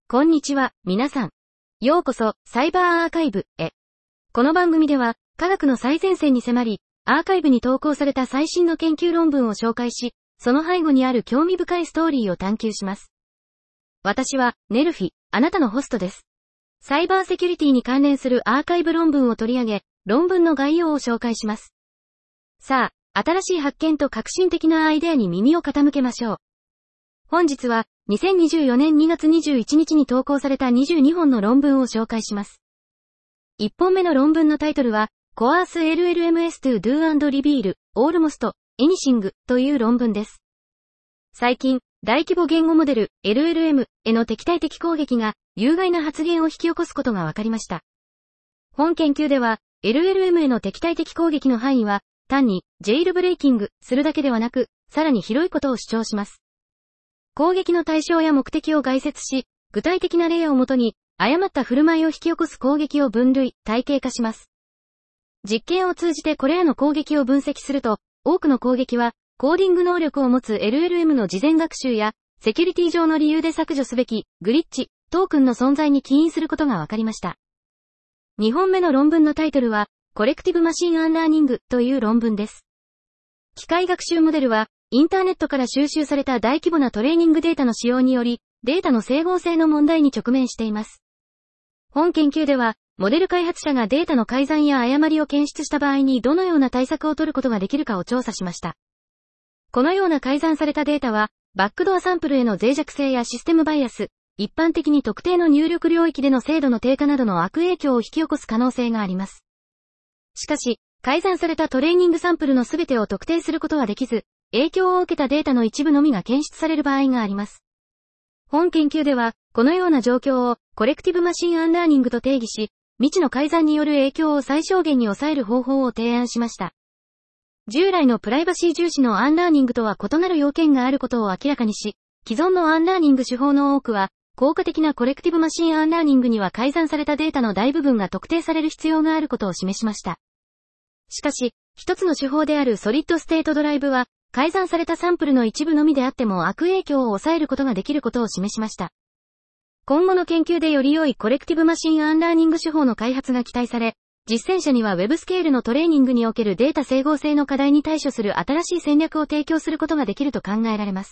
こんにちは、皆さん。ようこそ、サイバーアーカイブへ。この番組では、科学の最前線に迫り、アーカイブに投稿された最新の研究論文を紹介し、その背後にある興味深いストーリーを探求します。私は、ネルフィ、あなたのホストです。サイバーセキュリティに関連するアーカイブ論文を取り上げ、論文の概要を紹介します。さあ、新しい発見と革新的なアイデアに耳を傾けましょう。本日は、2024年2月21日に投稿された22本の論文を紹介します。1本目の論文のタイトルは、Coerce LLMs to do and reveal, almost, anything という論文です。最近、大規模言語モデル LLM への敵対的攻撃が有害な発言を引き起こすことが分かりました。本研究では、LLM への敵対的攻撃の範囲は、単にジェイルブレイキングするだけではなく、さらに広いことを主張します。攻撃の対象や目的を概説し、具体的な例をもとに、誤った振る舞いを引き起こす攻撃を分類、体系化します。実験を通じてこれらの攻撃を分析すると、多くの攻撃は、コーディング能力を持つ LLM の事前学習や、セキュリティ上の理由で削除すべき、グリッチ、トークンの存在に起因することが分かりました。2本目の論文のタイトルは、コレクティブマシンアンラーニングという論文です。機械学習モデルは、インターネットから収集された大規模なトレーニングデータの使用により、データの整合性の問題に直面しています。本研究では、モデル開発者がデータの改ざんや誤りを検出した場合にどのような対策を取ることができるかを調査しました。このような改ざんされたデータは、バックドアサンプルへの脆弱性やシステムバイアス、一般的に特定の入力領域での精度の低下などの悪影響を引き起こす可能性があります。しかし、改ざんされたトレーニングサンプルのすべてを特定することはできず、影響を受けたデータの一部のみが検出される場合があります。本研究では、このような状況をコレクティブマシンアンラーニングと定義し、未知の改ざんによる影響を最小限に抑える方法を提案しました。従来のプライバシー重視のアンラーニングとは異なる要件があることを明らかにし、既存のアンラーニング手法の多くは、効果的なコレクティブマシンアンラーニングには改ざんされたデータの大部分が特定される必要があることを示しました。しかし、一つの手法であるソリッドステートドライブは、改ざんされたサンプルの一部のみであっても悪影響を抑えることができることを示しました。今後の研究でより良いコレクティブマシンアンラーニング手法の開発が期待され、実践者には Web スケールのトレーニングにおけるデータ整合性の課題に対処する新しい戦略を提供することができると考えられます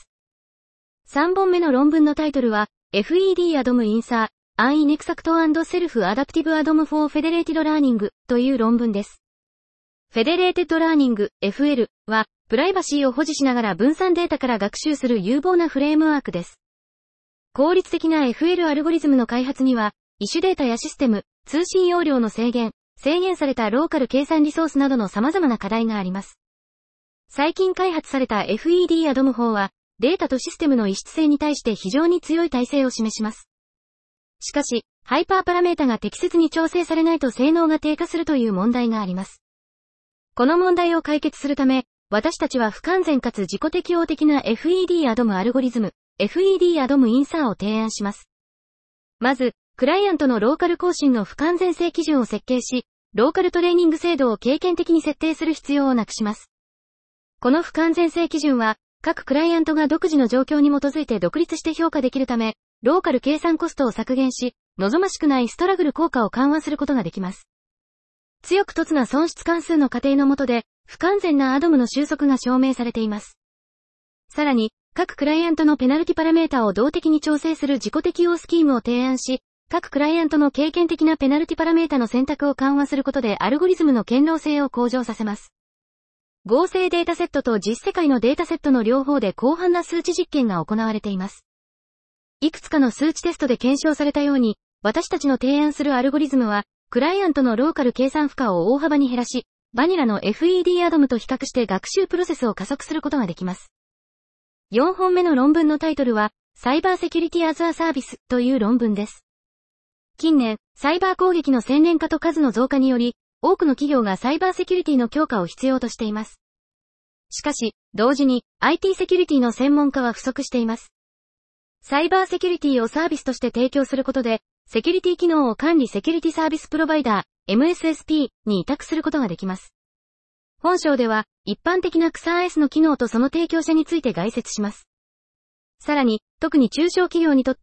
。3本目の論文のタイトルは、FED ADOM INSA, an inexact and self-adaptive ADOM for Federated Learning という論文です。フェデレーテッドラーニング FL は、プライバシーを保持しながら分散データから学習する有望なフレームワークです。効率的な FL アルゴリズムの開発には、異種データやシステム、通信容量の制限されたローカル計算リソースなどの様々な課題があります。最近開発された FED ADOM法は、データとシステムの異質性に対して非常に強い耐性を示します。しかし、ハイパーパラメータが適切に調整されないと性能が低下するという問題があります。この問題を解決するため、私たちは不完全かつ自己適応的な FED ADOM アルゴリズム、FED ADOM INSA を提案します。まず、クライアントのローカル更新の不完全性基準を設計し、ローカルトレーニング精度を経験的に設定する必要をなくします。この不完全性基準は、各クライアントが独自の状況に基づいて独立して評価できるため、ローカル計算コストを削減し、望ましくないストラグル効果を緩和することができます。強く凸な損失関数の仮定の下で、不完全な ADOM の収束が証明されています。さらに、各クライアントのペナルティパラメータを動的に調整する自己適応スキームを提案し、各クライアントの経験的なペナルティパラメータの選択を緩和することでアルゴリズムの堅牢性を向上させます。合成データセットと実世界のデータセットの両方で広範な数値実験が行われています。いくつかの数値テストで検証されたように、私たちの提案するアルゴリズムは、クライアントのローカル計算負荷を大幅に減らし、バニラの FED ADOM と比較して学習プロセスを加速することができます。4本目の論文のタイトルは、サイバーセキュリティアズアサービスという論文です。近年、サイバー攻撃の洗練化と数の増加により、多くの企業がサイバーセキュリティの強化を必要としています。しかし、同時に IT セキュリティの専門家は不足しています。サイバーセキュリティをサービスとして提供することで、セキュリティ機能を管理セキュリティサービスプロバイダー、MSSP に委託することができます。本章では、一般的な XRS の機能とその提供者について概説します。さらに、特に中小企業にとって、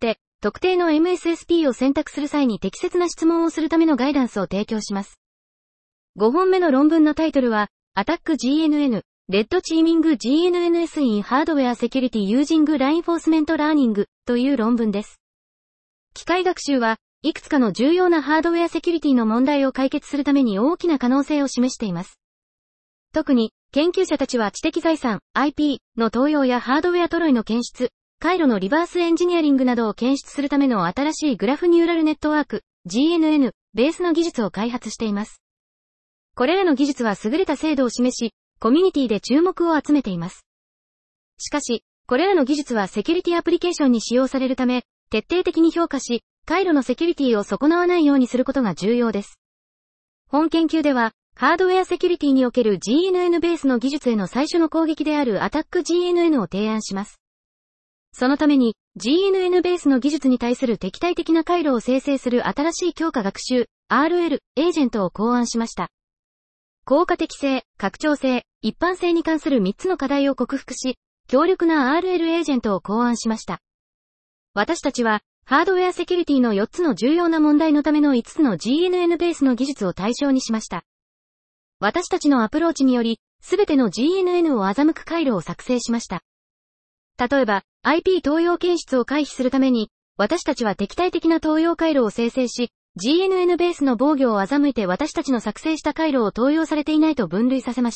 特定の MSSP を選択する際に適切な質問をするためのガイダンスを提供します。5本目の論文のタイトルは、Attack GNN, Red Teaming GNNS in Hardware Security Using Reinforcement Learning という論文です。機械学習はいくつかの重要なハードウェアセキュリティの問題を解決するために大きな可能性を示しています。特に、研究者たちは知的財産、IP の盗用やハードウェアトロイの検出、回路のリバースエンジニアリングなどを検出するための新しいグラフニューラルネットワーク、GNN、ベースの技術を開発しています。これらの技術は優れた精度を示し、コミュニティで注目を集めています。しかし、これらの技術はセキュリティアプリケーションに使用されるため、徹底的に評価し、回路のセキュリティを損なわないようにすることが重要です。本研究では、ハードウェアセキュリティにおける GNN ベースの技術への最初の攻撃である Attack GNN を提案します。そのために、GNN ベースの技術に対する敵対的な回路を生成する新しい強化学習、RL、エージェントを考案しました。効果的性、拡張性、一般性に関する3つの課題を克服し、強力な RL エージェントを考案しました。私たちは、ハードウェアセキュリティの4つの重要な問題のための5つの GNN ベースの技術を対象にしました。私たちのアプローチにより、すべての GNN を欺く回路を作成しました。例えば、IP 盗用検出を回避するために、私たちは敵対的な盗用回路を生成し、GNN ベースの防御を欺いて私たちの作成した回路を盗用されていないと分類させました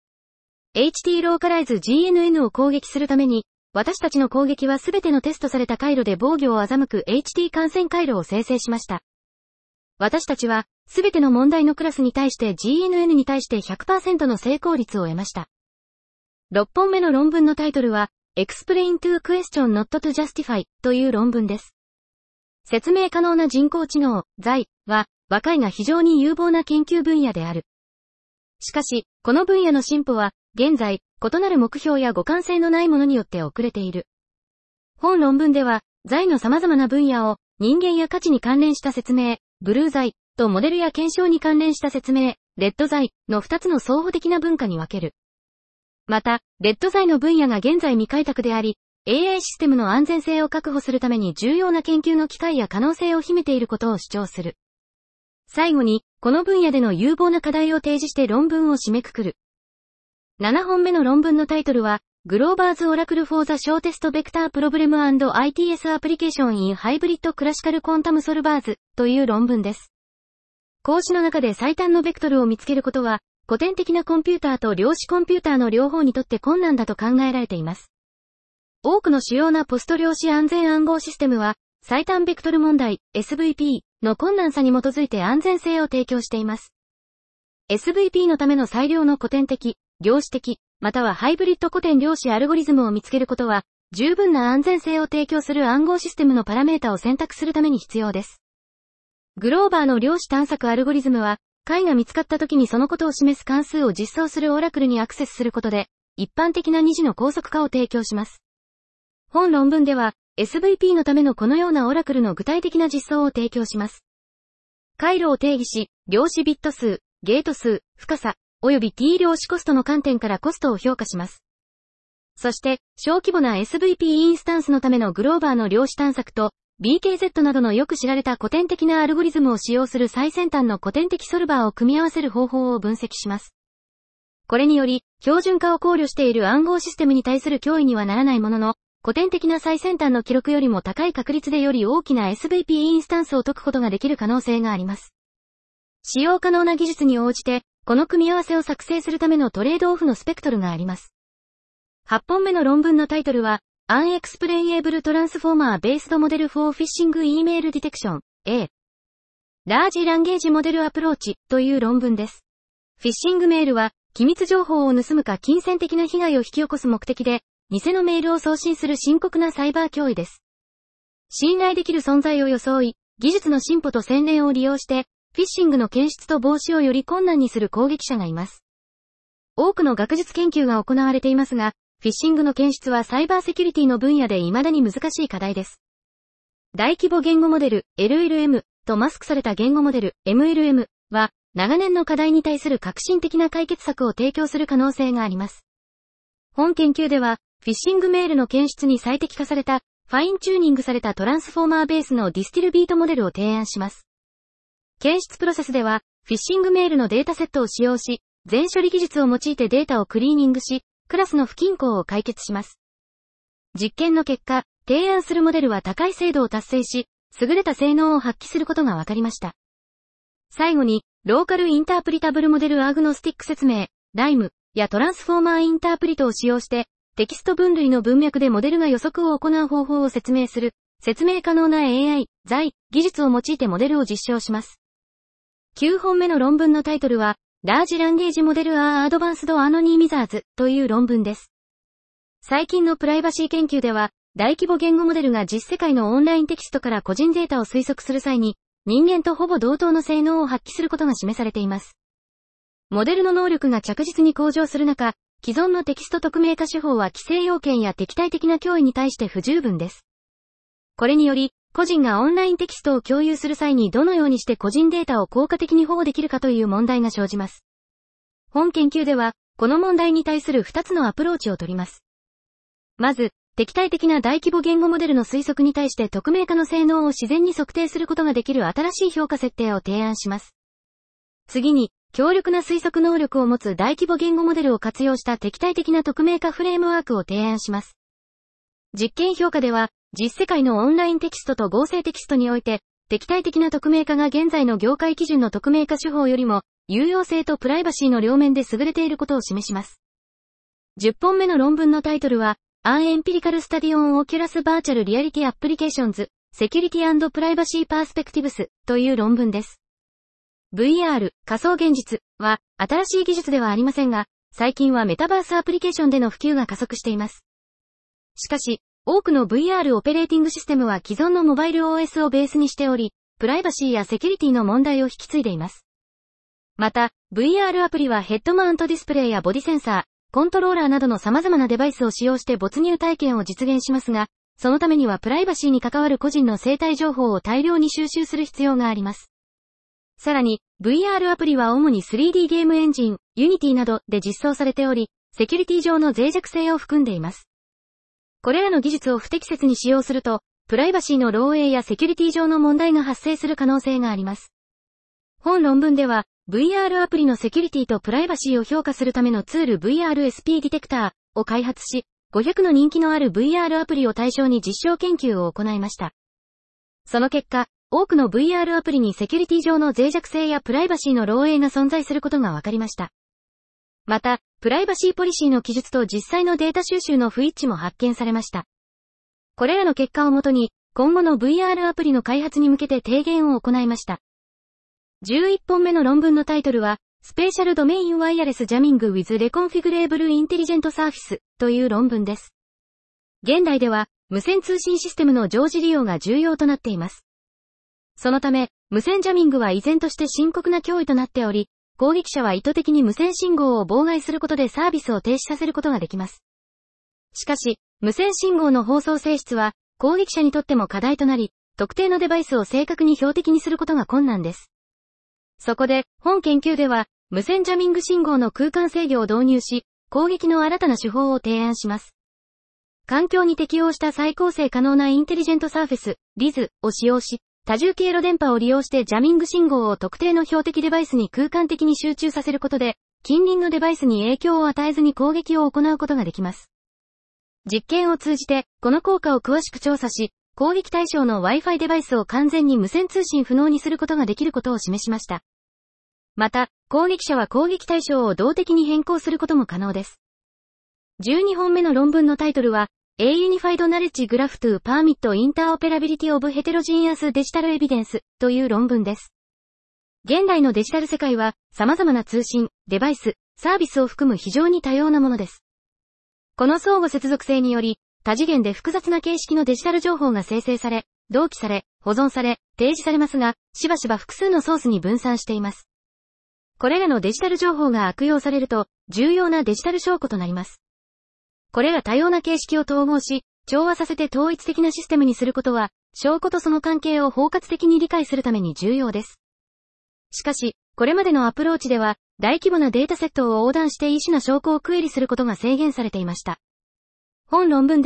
。HT ローカライズ GNN を攻撃するために、私たちの攻撃はすべてのテストされた回路で防御を欺く HT 感染回路を生成しました。私たちは、すべての問題のクラスに対して GNN に対して 100% の成功率を得ました。6本目の論文のタイトルは、Explain to Question Not to Justify という論文です。説明可能な人工知能、ZAI は、若いが非常に有望な研究分野である。しかし、この分野の進歩は、現在、異なる目標や互換性のないものによって遅れている。本論文では、ZAIの様々な分野を、人間や価値に関連した説明、ブルーZAIとモデルや検証に関連した説明、レッドZAIの2つの相補的な分科に分ける。また、レッドZAIの分野が現在未開拓であり、AI システムの安全性を確保するために重要な研究の機会や可能性を秘めていることを主張する。最後に、この分野での有望な課題を提示して論文を締めくくる。7本目の論文のタイトルは、Glover's Oracle for the Shortest Vector Problem and ITS Application in Hybrid Classical Quantum Solvers という論文です。講師の中で最短のベクトルを見つけることは、古典的なコンピューターと量子コンピューターの両方にとって困難だと考えられています。多くの主要なポスト量子安全暗号システムは、最短ベクトル問題、SVP の困難さに基づいて安全性を提供しています。SVP のための最良の古典的、量子的、またはハイブリッド古典量子アルゴリズムを見つけることは、十分な安全性を提供する暗号システムのパラメータを選択するために必要です。グローバーの量子探索アルゴリズムは、解が見つかった時にそのことを示す関数を実装するオラクルにアクセスすることで、一般的な2次の高速化を提供します。本論文では、SVP のためのこのようなオラクルの具体的な実装を提供します。回路を定義し、量子ビット数、ゲート数、深さ、及び T 量子コストの観点からコストを評価します。そして、小規模な SVP インスタンスのためのグローバーの量子探索と、BKZ などのよく知られた古典的なアルゴリズムを使用する最先端の古典的ソルバーを組み合わせる方法を分析します。これにより、標準化を考慮している暗号システムに対する脅威にはならないものの、古典的な最先端の記録よりも高い確率でより大きな SVP インスタンスを解くことができる可能性があります。使用可能な技術に応じて、この組み合わせを作成するためのトレードオフのスペクトルがあります。8本目の論文のタイトルは、Unexplainable Transformer Based Model for Phishing Email Detection A Large Language Model Approach という論文です。フィッシングメールは、機密情報を盗むか金銭的な被害を引き起こす目的で、偽のメールを送信する深刻なサイバー脅威です。信頼できる存在を装い、技術の進歩と洗練を利用して、フィッシングの検出と防止をより困難にする攻撃者がいます。多くの学術研究が行われていますが、フィッシングの検出はサイバーセキュリティの分野で未だに難しい課題です。大規模言語モデル LLM とマスクされた言語モデル MLM は、長年の課題に対する革新的な解決策を提供する可能性があります。本研究では、フィッシングメールの検出に最適化されたファインチューニングされたトランスフォーマーベースのディスティルビートモデルを提案します。検出プロセスでは、フィッシングメールのデータセットを使用し、全処理技術を用いてデータをクリーニングし、クラスの不均衡を解決します。実験の結果、提案するモデルは高い精度を達成し、優れた性能を発揮することが分かりました。最後に、ローカルインタープリタブルモデルアグノスティック説明、RIME やトランスフォーマーインタープリトを使用して、テキスト分類の文脈でモデルが予測を行う方法を説明する、説明可能な AI、材、技術を用いてモデルを実証します。9本目の論文のタイトルは、ラージランゲージモデルアドバンスドアノニミザーズという論文です。最近のプライバシー研究では、大規模言語モデルが実世界のオンラインテキストから個人データを推測する際に、人間とほぼ同等の性能を発揮することが示されています。モデルの能力が着実に向上する中、既存のテキスト匿名化手法は規制要件や敵対的な脅威に対して不十分です。これにより、個人がオンラインテキストを共有する際にどのようにして個人データを効果的に保護できるかという問題が生じます。本研究では、この問題に対する2つのアプローチを取ります。まず、敵対的な大規模言語モデルの推測に対して匿名化の性能を自然に測定することができる新しい評価設定を提案します。次に、強力な推測能力を持つ大規模言語モデルを活用した敵対的な匿名化フレームワークを提案します。実験評価では、実世界のオンラインテキストと合成テキストにおいて、敵対的な匿名化が現在の業界基準の匿名化手法よりも、有用性とプライバシーの両面で優れていることを示します。10本目の論文のタイトルは、An Empirical Study on Oculus Virtual Reality Applications, Security and Privacy Perspectives という論文です。VR、仮想現実は新しい技術ではありませんが、最近はメタバースアプリケーションでの普及が加速しています。しかし、多くの VR オペレーティングシステムは既存のモバイル OS をベースにしており、プライバシーやセキュリティの問題を引き継いでいます。また、VR アプリはヘッドマウントディスプレイやボディセンサー、コントローラーなどの様々なデバイスを使用して没入体験を実現しますが、そのためにはプライバシーに関わる個人の生体情報を大量に収集する必要があります。さらに、VR アプリは主に 3D ゲームエンジン、Unity などで実装されており、セキュリティ上の脆弱性を含んでいます。これらの技術を不適切に使用すると、プライバシーの漏洩やセキュリティ上の問題が発生する可能性があります。本論文では、VR アプリのセキュリティとプライバシーを評価するためのツール VRSP ディテクターを開発し、500の人気のある VR アプリを対象に実証研究を行いました。その結果、多くの VR アプリにセキュリティ上の脆弱性やプライバシーの漏洩が存在することが分かりました。また、プライバシーポリシーの記述と実際のデータ収集の不一致も発見されました。これらの結果をもとに、今後の VR アプリの開発に向けて提言を行いました。11本目の論文のタイトルは、Spatial Domain Wireless Jamming with Reconfigurable Intelligent Surface という論文です。現代では、無線通信システムの常時利用が重要となっています。そのため、無線ジャミングは依然として深刻な脅威となっており、攻撃者は意図的に無線信号を妨害することでサービスを停止させることができます。しかし、無線信号の放送性質は、攻撃者にとっても課題となり、特定のデバイスを正確に標的にすることが困難です。そこで、本研究では、無線ジャミング信号の空間制御を導入し、攻撃の新たな手法を提案します。環境に適応した再構成可能なインテリジェントサーフェス、RIS を使用し、多重経路電波を利用してジャミング信号を特定の標的デバイスに空間的に集中させることで、近隣のデバイスに影響を与えずに攻撃を行うことができます。実験を通じて、この効果を詳しく調査し、攻撃対象の Wi-Fi デバイスを完全に無線通信不能にすることができることを示しました。また、攻撃者は攻撃対象を動的に変更することも可能です。12本目の論文のタイトルは、A Unified Knowledge Graph to Permit Interoperability of Heterogeneous Digital Evidence という論文です。現代のデジタル世界は、様々な通信、デバイス、サービスを含む非常に多様なものです。この相互接続性により、多次元で複雑な形式のデジタル情報が生成され、同期され、保存され、提示されますが、しばしば複数のソースに分散しています。これらのデジタル情報が悪用されると、重要なデジタル証拠となります。これら多様な形式を統合し、調和させて統一的なシステムにすることは、証拠とその関係を包括的に理解するために重要です。しかし、これまでのアプローチでは、大規模なデータセットを横断して異種な証拠をクエリすることが制限されていました。本論文では、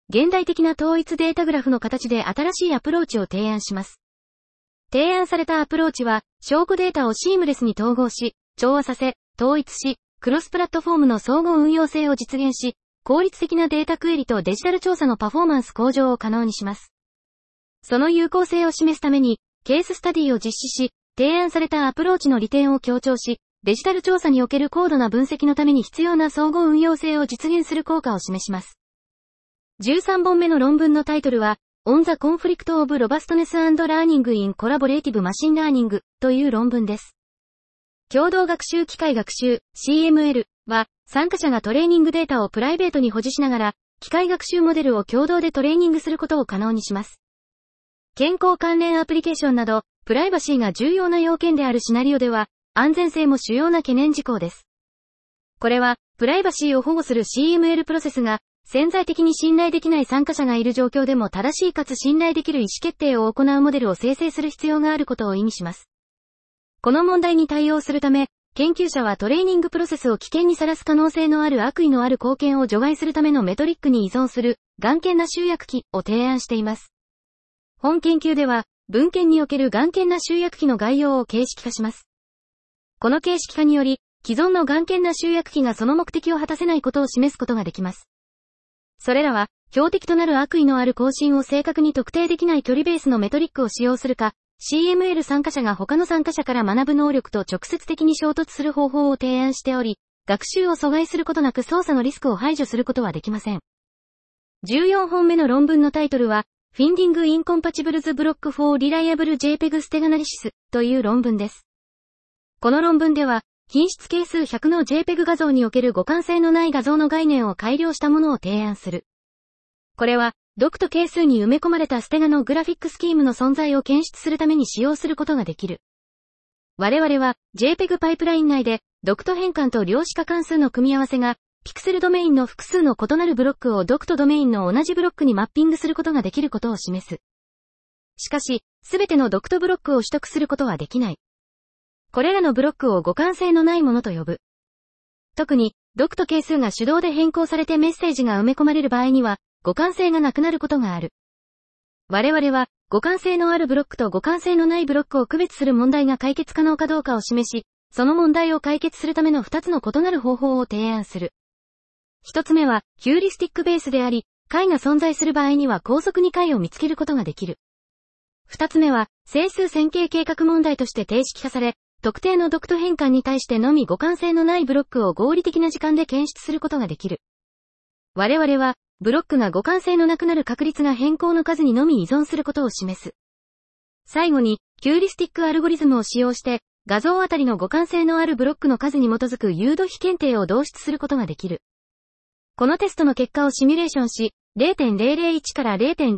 現代的な統一データグラフの形で新しいアプローチを提案します。提案されたアプローチは、証拠データをシームレスに統合し、調和させ、統一し、クロスプラットフォームの相互運用性を実現し、効率的なデータクエリとデジタル調査のパフォーマンス向上を可能にします。その有効性を示すために、ケーススタディを実施し、提案されたアプローチの利点を強調し、デジタル調査における高度な分析のために必要な相互運用性を実現する効果を示します。13本目の論文のタイトルは、On the Conflict of Robustness and Learning in Collaborative Machine Learning という論文です。共同学習機械学習 CML は、参加者がトレーニングデータをプライベートに保持しながら、機械学習モデルを共同でトレーニングすることを可能にします。健康関連アプリケーションなど、プライバシーが重要な要件であるシナリオでは、安全性も主要な懸念事項です。これは、プライバシーを保護する CML プロセスが、潜在的に信頼できない参加者がいる状況でも正しいかつ信頼できる意思決定を行うモデルを生成する必要があることを意味します。この問題に対応するため、研究者はトレーニングプロセスを危険にさらす可能性のある悪意のある貢献を除外するためのメトリックに依存する、頑健な集約機を提案しています。本研究では、文献における頑健な集約機の概要を形式化します。この形式化により、既存の頑健な集約機がその目的を果たせないことを示すことができます。それらは、標的となる悪意のある更新を正確に特定できない距離ベースのメトリックを使用するか、CML 参加者が他の参加者から学ぶ能力と直接的に衝突する方法を提案しており、学習を阻害することなく操作のリスクを排除することはできません。14本目の論文のタイトルは、Finding Incompatibles Block for Reliable JPEG Steg Analysis という論文です。この論文では、品質係数100の JPEG 画像における互換性のない画像の概念を改良したものを提案する。これは、ドクト係数に埋め込まれたステガのグラフィックスキームの存在を検出するために使用することができる。我々は、JPEG パイプライン内で、ドクト変換と量子化関数の組み合わせが、ピクセルドメインの複数の異なるブロックをドクトドメインの同じブロックにマッピングすることができることを示す。しかし、すべてのドクトブロックを取得することはできない。これらのブロックを互換性のないものと呼ぶ。特に、ドクト係数が手動で変更されてメッセージが埋め込まれる場合には、互換性がなくなることがある。我々は、互換性のあるブロックと互換性のないブロックを区別する問題が解決可能かどうかを示し、その問題を解決するための2つの異なる方法を提案する。1つ目は、ヒューリスティックベースであり、解が存在する場合には高速に解を見つけることができる。2つ目は、整数線形計画問題として定式化され、特定のドクト変換に対してのみ互換性のないブロックを合理的な時間で検出することができる。我々は、ブロックが互換性のなくなる確率が変更の数にのみ依存することを示す。最後に、ヒューリスティックアルゴリズムを使用して、画像あたりの互換性のあるブロックの数に基づく誘導比検定を導出することができる。このテストの結果をシミュレーションし、0.001 から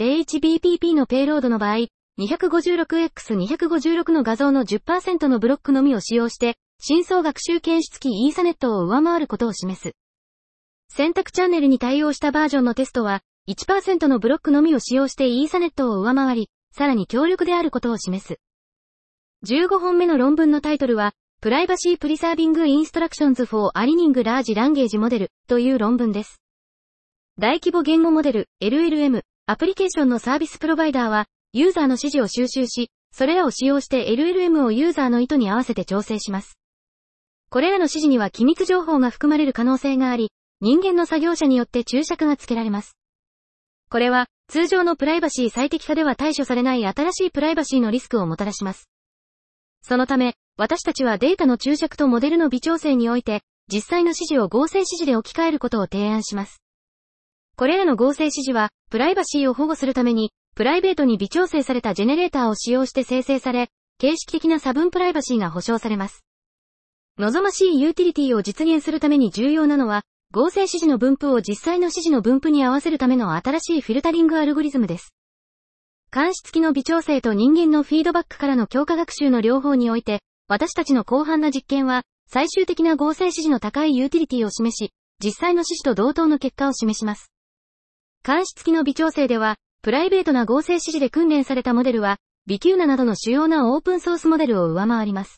0.01bpp のペイロードの場合、256x256 の画像の 10% のブロックのみを使用して、深層学習検出機イーサネットを上回ることを示す。選択チャンネルに対応したバージョンのテストは、1% のブロックのみを使用してイーサネットを上回り、さらに強力であることを示す。15本目の論文のタイトルは、プライバシープリサービングインストラクションズフォーアリニングラージランゲージモデルという論文です。大規模言語モデル LLM アプリケーションのサービスプロバイダーは、ユーザーの指示を収集し、それらを使用して LLM をユーザーの意図に合わせて調整します。これらの指示には機密情報が含まれる可能性があり、人間の作業者によって注釈が付けられます。これは、通常のプライバシー最適化では対処されない新しいプライバシーのリスクをもたらします。そのため、私たちはデータの注釈とモデルの微調整において、実際の指示を合成指示で置き換えることを提案します。これらの合成指示は、プライバシーを保護するために、プライベートに微調整されたジェネレーターを使用して生成され、形式的な差分プライバシーが保証されます。望ましいユーティリティを実現するために重要なのは、合成指示の分布を実際の指示の分布に合わせるための新しいフィルタリングアルゴリズムです。監視付きの微調整と人間のフィードバックからの強化学習の両方において、私たちの広範な実験は、最終的な合成指示の高いユーティリティを示し、実際の指示と同等の結果を示します。監視付きの微調整では、プライベートな合成指示で訓練されたモデルは、ビキューナなどの主要なオープンソースモデルを上回ります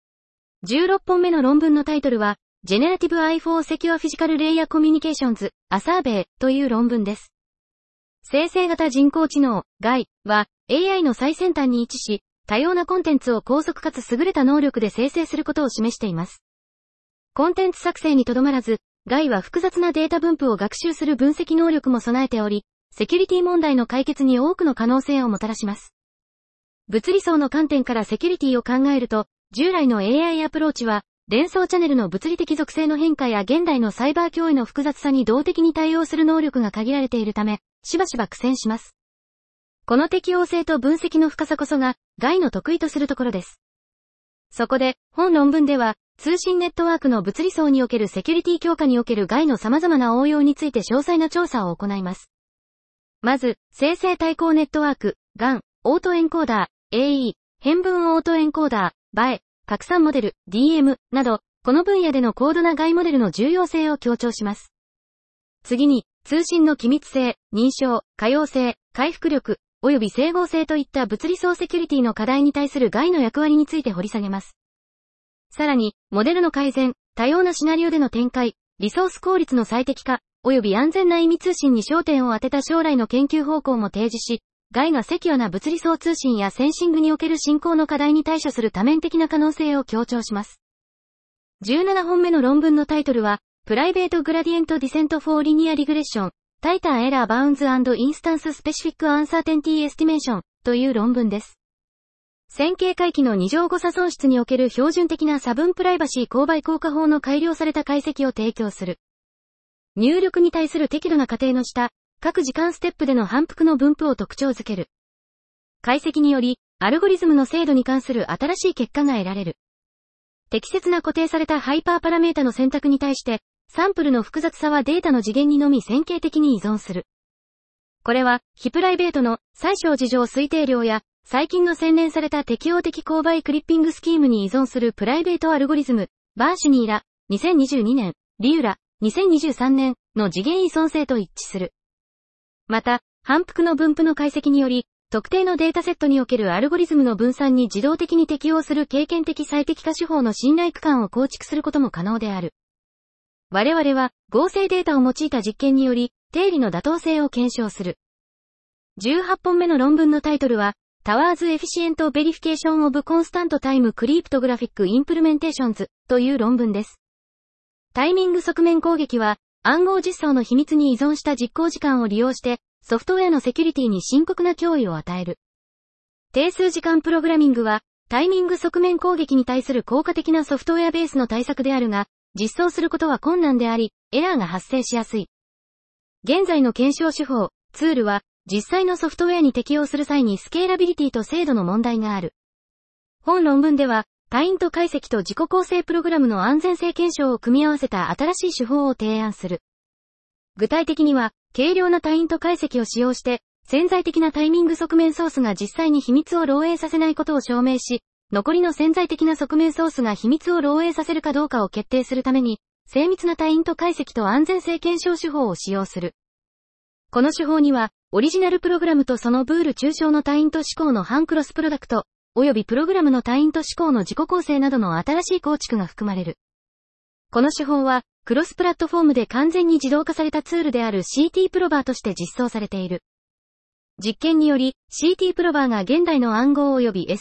。16本目の論文のタイトルは、Generative AI for Secure Physical Layer Communications, A Survey という論文です。 生成型人工知能、GAI は AI の最先端に位置し、多様なコンテンツを高速かつ優れた能力で生成することを示しています。コンテンツ作成にとどまらず、GAI は複雑なデータ分布を学習する分析能力も備えており、セキュリティ問題の解決に多くの可能性をもたらします。物理層の観点からセキュリティを考えると、従来の AI アプローチは、連想チャネルの物理的属性の変化や現代のサイバー脅威の複雑さに動的に対応する能力が限られているため、しばしば苦戦します。この適応性と分析の深さこそが、GAI の得意とするところです。そこで、本論文では、通信ネットワークの物理層におけるセキュリティ強化における GAI の様々な応用について詳細な調査を行います。まず、生成対抗ネットワーク、GAN、オートエンコーダー、AE、変分オートエンコーダー、BAE、拡散モデル、DM、など、この分野での高度なGAIモデルの重要性を強調します。次に、通信の機密性、認証、可用性、回復力、及び整合性といった物理層セキュリティの課題に対するGAIの役割について掘り下げます。さらに、モデルの改善、多様なシナリオでの展開、リソース効率の最適化、及び安全な意味通信に焦点を当てた将来の研究方向も提示し、GAIがセキュアな物理層通信やセンシングにおける進行の課題に対処する多面的な可能性を強調します。17本目の論文のタイトルは、Private Gradient Descent for Linear Regression, Titan Error Bounds and Instance Specific Uncertainty Estimation という論文です。線形回帰の二乗誤差損失における標準的な差分プライバシー勾配効果法の改良された解析を提供する。入力に対する適度な過程の下、各時間ステップでの反復の分布を特徴づける。解析により、アルゴリズムの精度に関する新しい結果が得られる。適切な固定されたハイパーパラメータの選択に対して、サンプルの複雑さはデータの次元にのみ線形的に依存する。これは、非プライベートの最小事情推定量や、最近の洗練された適応的勾配クリッピングスキームに依存するプライベートアルゴリズム、バーシュニーら、2022年、リューラ、2023年の次元依存性と一致する。また、反復の分布の解析により、特定のデータセットにおけるアルゴリズムの分散に自動的に適応する経験的最適化手法の信頼区間を構築することも可能である。我々は、合成データを用いた実験により、定理の妥当性を検証する。18本目の論文のタイトルは、Towers Efficient Verification of Constant Time Cryptographic Implementations という論文です。タイミング側面攻撃は、暗号実装の秘密に依存した実行時間を利用して、ソフトウェアのセキュリティに深刻な脅威を与える。定数時間プログラミングは、タイミング側面攻撃に対する効果的なソフトウェアベースの対策であるが、実装することは困難であり、エラーが発生しやすい。現在の検証手法、ツールは、実際のソフトウェアに適用する際にスケーラビリティと精度の問題がある。本論文では、タイント解析と自己構成プログラムの安全性検証を組み合わせた新しい手法を提案する。具体的には、軽量なタイント解析を使用して、潜在的なタイミング側面ソースが実際に秘密を漏洩させないことを証明し、残りの潜在的な側面ソースが秘密を漏洩させるかどうかを決定するために、精密なタイント解析と安全性検証手法を使用する。この手法には、オリジナルプログラムとそのブール抽象のタイント指向の反クロスプロダクト、及びプログラムのタイント指向の自己構成などの新しい構築が含まれる。この手法は、クロスプラットフォームで完全に自動化されたツールである CT プロバーとして実装されている。実験により、CT プロバーが現代の暗号及び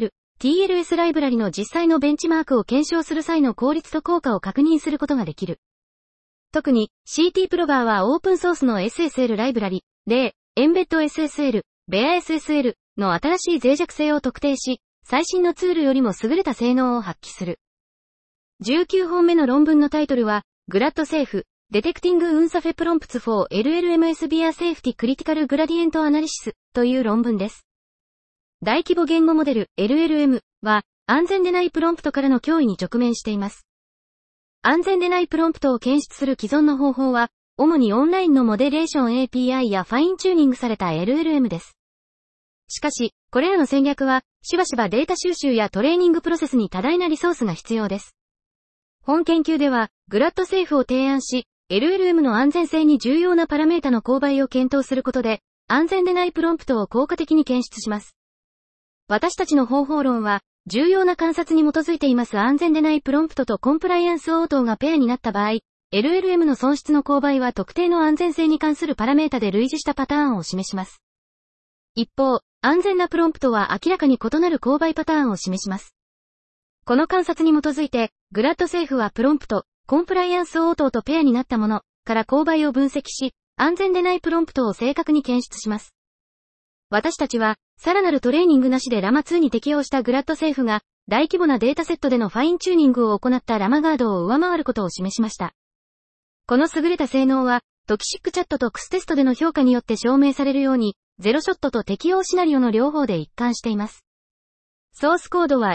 SSL、TLS ライブラリの実際のベンチマークを検証する際の効率と効果を確認することができる。特に CT プロバーはオープンソースの SSL ライブラリ、例、Embed SSL、Bear SSL の新しい脆弱性を特定し、最新のツールよりも優れた性能を発揮する。19本目の論文のタイトルは、GradSafe、Detecting Unsafe Prompts for LLMS via Safety Critical Gradient Analysis という論文です。大規模言語モデル LLM は、安全でないプロンプトからの脅威に直面しています。安全でないプロンプトを検出する既存の方法は、主にオンラインのモデレーション API やファインチューニングされた LLM です。しかし、これらの戦略は、しばしばデータ収集やトレーニングプロセスに多大なリソースが必要です。本研究では、GradSafeを提案し、LLM の安全性に重要なパラメータの勾配を検討することで、安全でないプロンプトを効果的に検出します。私たちの方法論は、重要な観察に基づいています安全でないプロンプトとコンプライアンス応答がペアになった場合、 LLM の損失の勾配は特定の安全性に関するパラメータで類似したパターンを示します。一方、安全なプロンプトは明らかに異なる勾配パターンを示します。この観察に基づいて、グラッドセーフはプロンプト、コンプライアンス応答とペアになったものから勾配を分析し、安全でないプロンプトを正確に検出します。私たちは、さらなるトレーニングなしでラマ2に適用したグラッドセーフが、大規模なデータセットでのファインチューニングを行ったラマガードを上回ることを示しました。この優れた性能は、トキシックチャットとクステストでの評価によって証明されるように、ゼロショットと適用シナリオの両方で一貫しています。ソースコードは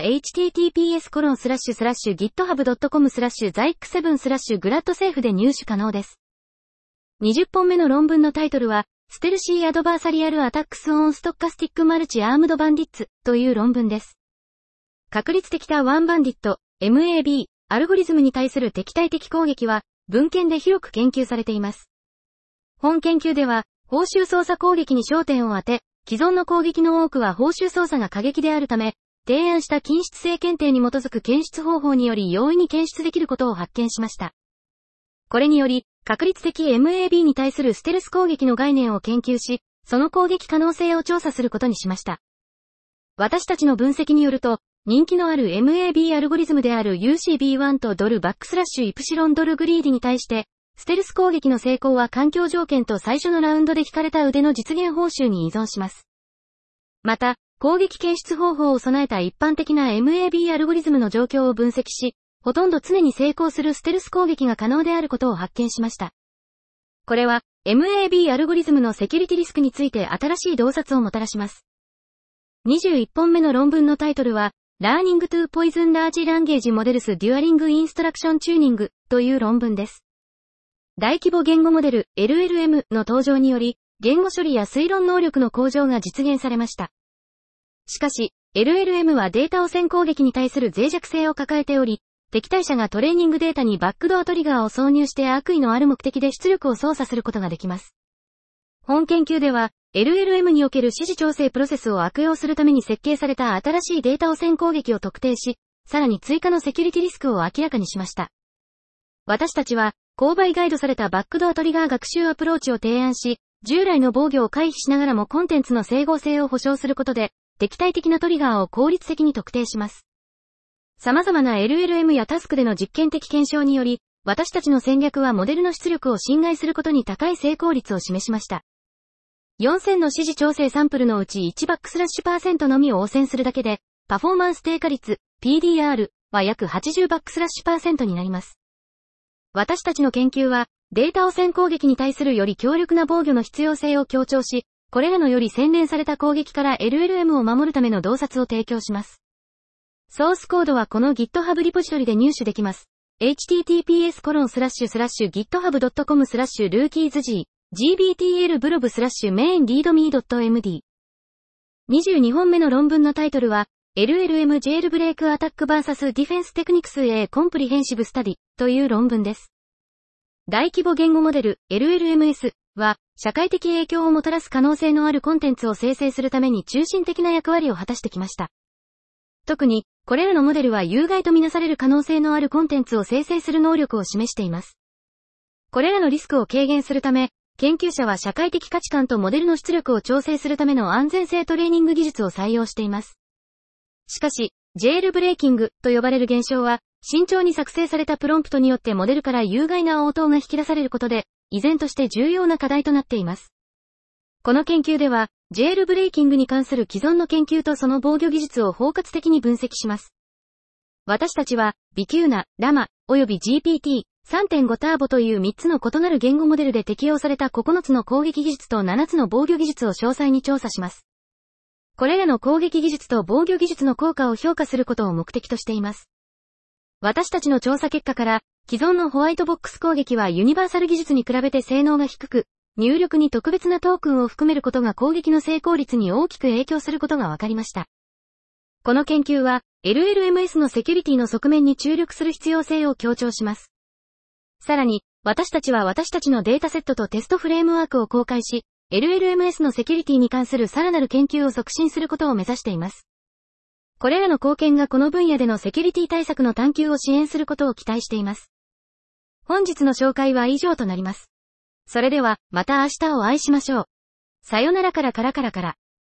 https://github.com/zyk7/gradsafe で入手可能です。20本目の論文のタイトルは、ステルシーアドバーサリアルアタックスオンストッカスティックマルチアームドバンディッツという論文です。確率的多ワンバンディット、MAB、アルゴリズムに対する敵対的攻撃は、文献で広く研究されています。本研究では、報酬操作攻撃に焦点を当て、既存の攻撃の多くは報酬操作が過激であるため、提案した均質性検定に基づく検出方法により容易に検出できることを発見しました。これにより、確率的 MAB に対するステルス攻撃の概念を研究し、その攻撃可能性を調査することにしました。私たちの分析によると、人気のある MAB アルゴリズムである UCB1 とドルバックスラッシュイプシロンドルグリーディに対して、ステルス攻撃の成功は環境条件と最初のラウンドで引かれた腕の実現報酬に依存します。また、攻撃検出方法を備えた一般的な MAB アルゴリズムの状況を分析し、ほとんど常に成功するステルス攻撃が可能であることを発見しました。これは、MAB アルゴリズムのセキュリティリスクについて新しい洞察をもたらします。21本目の論文のタイトルは、Learning to Poison Large Language Models During Instruction Tuning という論文です。大規模言語モデル LLM の登場により、言語処理や推論能力の向上が実現されました。しかし、LLM はデータ汚染攻撃に対する脆弱性を抱えており、敵対者がトレーニングデータにバックドアトリガーを挿入して悪意のある目的で出力を操作することができます。本研究では、LLM における指示調整プロセスを悪用するために設計された新しいデータ汚染攻撃を特定し、さらに追加のセキュリティリスクを明らかにしました。私たちは、勾配ガイドされたバックドアトリガー学習アプローチを提案し、従来の防御を回避しながらもコンテンツの整合性を保証することで、敵対的なトリガーを効率的に特定します。様々な LLM やタスクでの実験的検証により、私たちの戦略はモデルの出力を侵害することに高い成功率を示しました。4000の指示調整サンプルのうち1バックスラッシュ%のみを汚染するだけで、パフォーマンス低下率、PDR は約80バックスラッシュ%になります。私たちの研究は、データ汚染攻撃に対するより強力な防御の必要性を強調し、これらのより洗練された攻撃から LLM を守るための洞察を提供します。ソースコードはこの GitHub リポジトリで入手できます。https://github.com/rookiesg gbtlblb/main-readme.md 22本目の論文のタイトルは、LLM Jailbreak Attack vs Defense Techniques A Comprehensive Study という論文です。大規模言語モデル LLMS は、社会的影響をもたらす可能性のあるコンテンツを生成するために中心的な役割を果たしてきました。特に、これらのモデルは有害とみなされる可能性のあるコンテンツを生成する能力を示しています。これらのリスクを軽減するため、研究者は社会的価値観とモデルの出力を調整するための安全性トレーニング技術を採用しています。しかし、ジェールブレーキングと呼ばれる現象は、慎重に作成されたプロンプトによってモデルから有害な応答が引き出されることで、依然として重要な課題となっています。この研究では、ジェールブレーキングに関する既存の研究とその防御技術を包括的に分析します。私たちは、ビキューナ、ラマ、および GPT、3.5 ターボという3つの異なる言語モデルで適用された9つの攻撃技術と7つの防御技術を詳細に調査します。これらの攻撃技術と防御技術の効果を評価することを目的としています。私たちの調査結果から、既存のホワイトボックス攻撃はユニバーサル技術に比べて性能が低く、入力に特別なトークンを含めることが攻撃の成功率に大きく影響することが分かりました。この研究は、LLMS のセキュリティの側面に注力する必要性を強調します。さらに、私たちは私たちのデータセットとテストフレームワークを公開し、LLMS のセキュリティに関するさらなる研究を促進することを目指しています。これらの貢献がこの分野でのセキュリティ対策の探求を支援することを期待しています。 本日の紹介は以上となります。それでは、また明日をお会いしましょう。さよならからからからから。